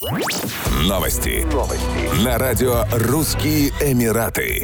Новости. На радио «Русские Эмираты».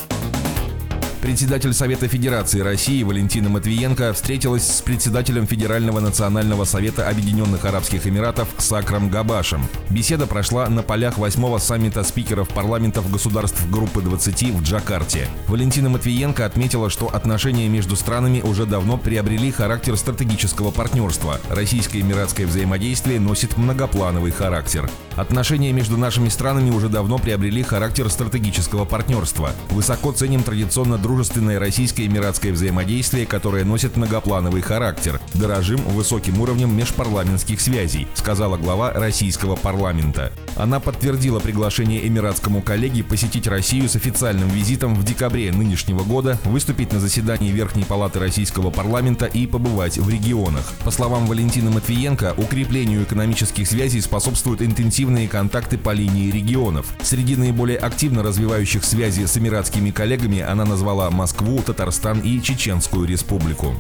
Председатель Совета Федерации России Валентина Матвиенко встретилась с председателем Федерального национального совета Объединенных Арабских Эмиратов Сакром Габашем. Беседа прошла на полях 8-го саммита спикеров парламентов государств Группы 20 в Джакарте. Валентина Матвиенко отметила, что отношения между странами уже давно приобрели характер стратегического партнерства. Российско-эмиратское взаимодействие носит многоплановый характер. Отношения между нашими странами уже давно приобрели характер стратегического партнерства. Высоко ценим традиционно дружественное российско-эмиратское взаимодействие, которое носит многоплановый характер. Дорожим высоким уровнем межпарламентских связей, сказала глава российского парламента. Она подтвердила приглашение эмиратскому коллеге посетить Россию с официальным визитом в декабре нынешнего года, выступить на заседании Верхней палаты российского парламента и побывать в регионах. По словам Валентины Матвиенко, укреплению экономических связей способствуют интенсивные контакты по линии регионов. Среди наиболее активно развивающих связи с эмиратскими коллегами она назвала Москву, Татарстан и Чеченскую республику.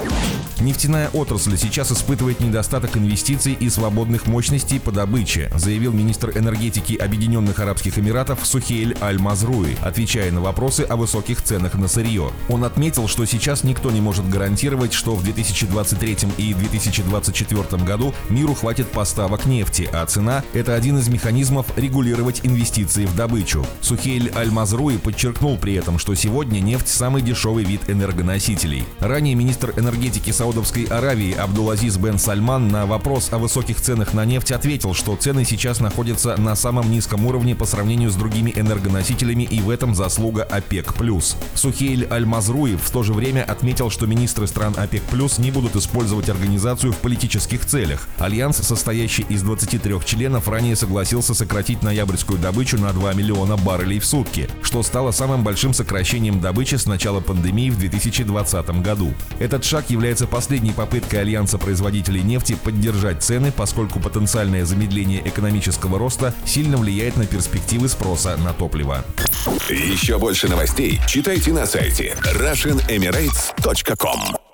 Нефтяная отрасль сейчас испытывает недостаток инвестиций и свободных мощностей по добыче, заявил министр энергетики Объединенных Арабских Эмиратов Сухейль Аль-Мазруи, отвечая на вопросы о высоких ценах на сырье. Он отметил, что сейчас никто не может гарантировать, что в 2023 и 2024 году миру хватит поставок нефти, а цена – это один из механизмов регулировать инвестиции в добычу. Сухейль Аль-Мазруи подчеркнул при этом, что сегодня нефть – самый дешевый вид энергоносителей. Ранее министр энергетики Саудовской Аравии Абдул-Азиз бен Сальман на вопрос о высоких ценах на нефть ответил, что цены сейчас находятся на самом низком уровне по сравнению с другими энергоносителями, и в этом заслуга ОПЕК+. Сухейль Аль-Мазруи в то же время отметил, что министры стран ОПЕК+ не будут использовать организацию в политических целях. Альянс, состоящий из 23 членов, ранее согласился сократить ноябрьскую добычу на 2 миллиона баррелей в сутки, что стало самым большим сокращением добычи с начала пандемии в 2020 году. Этот шаг является последней попыткой Альянса производителей нефти поддержать цены, поскольку потенциальное замедление экономического роста сильно влияет на перспективы спроса на топливо. Еще больше новостей читайте на сайте RussianEmirates.com.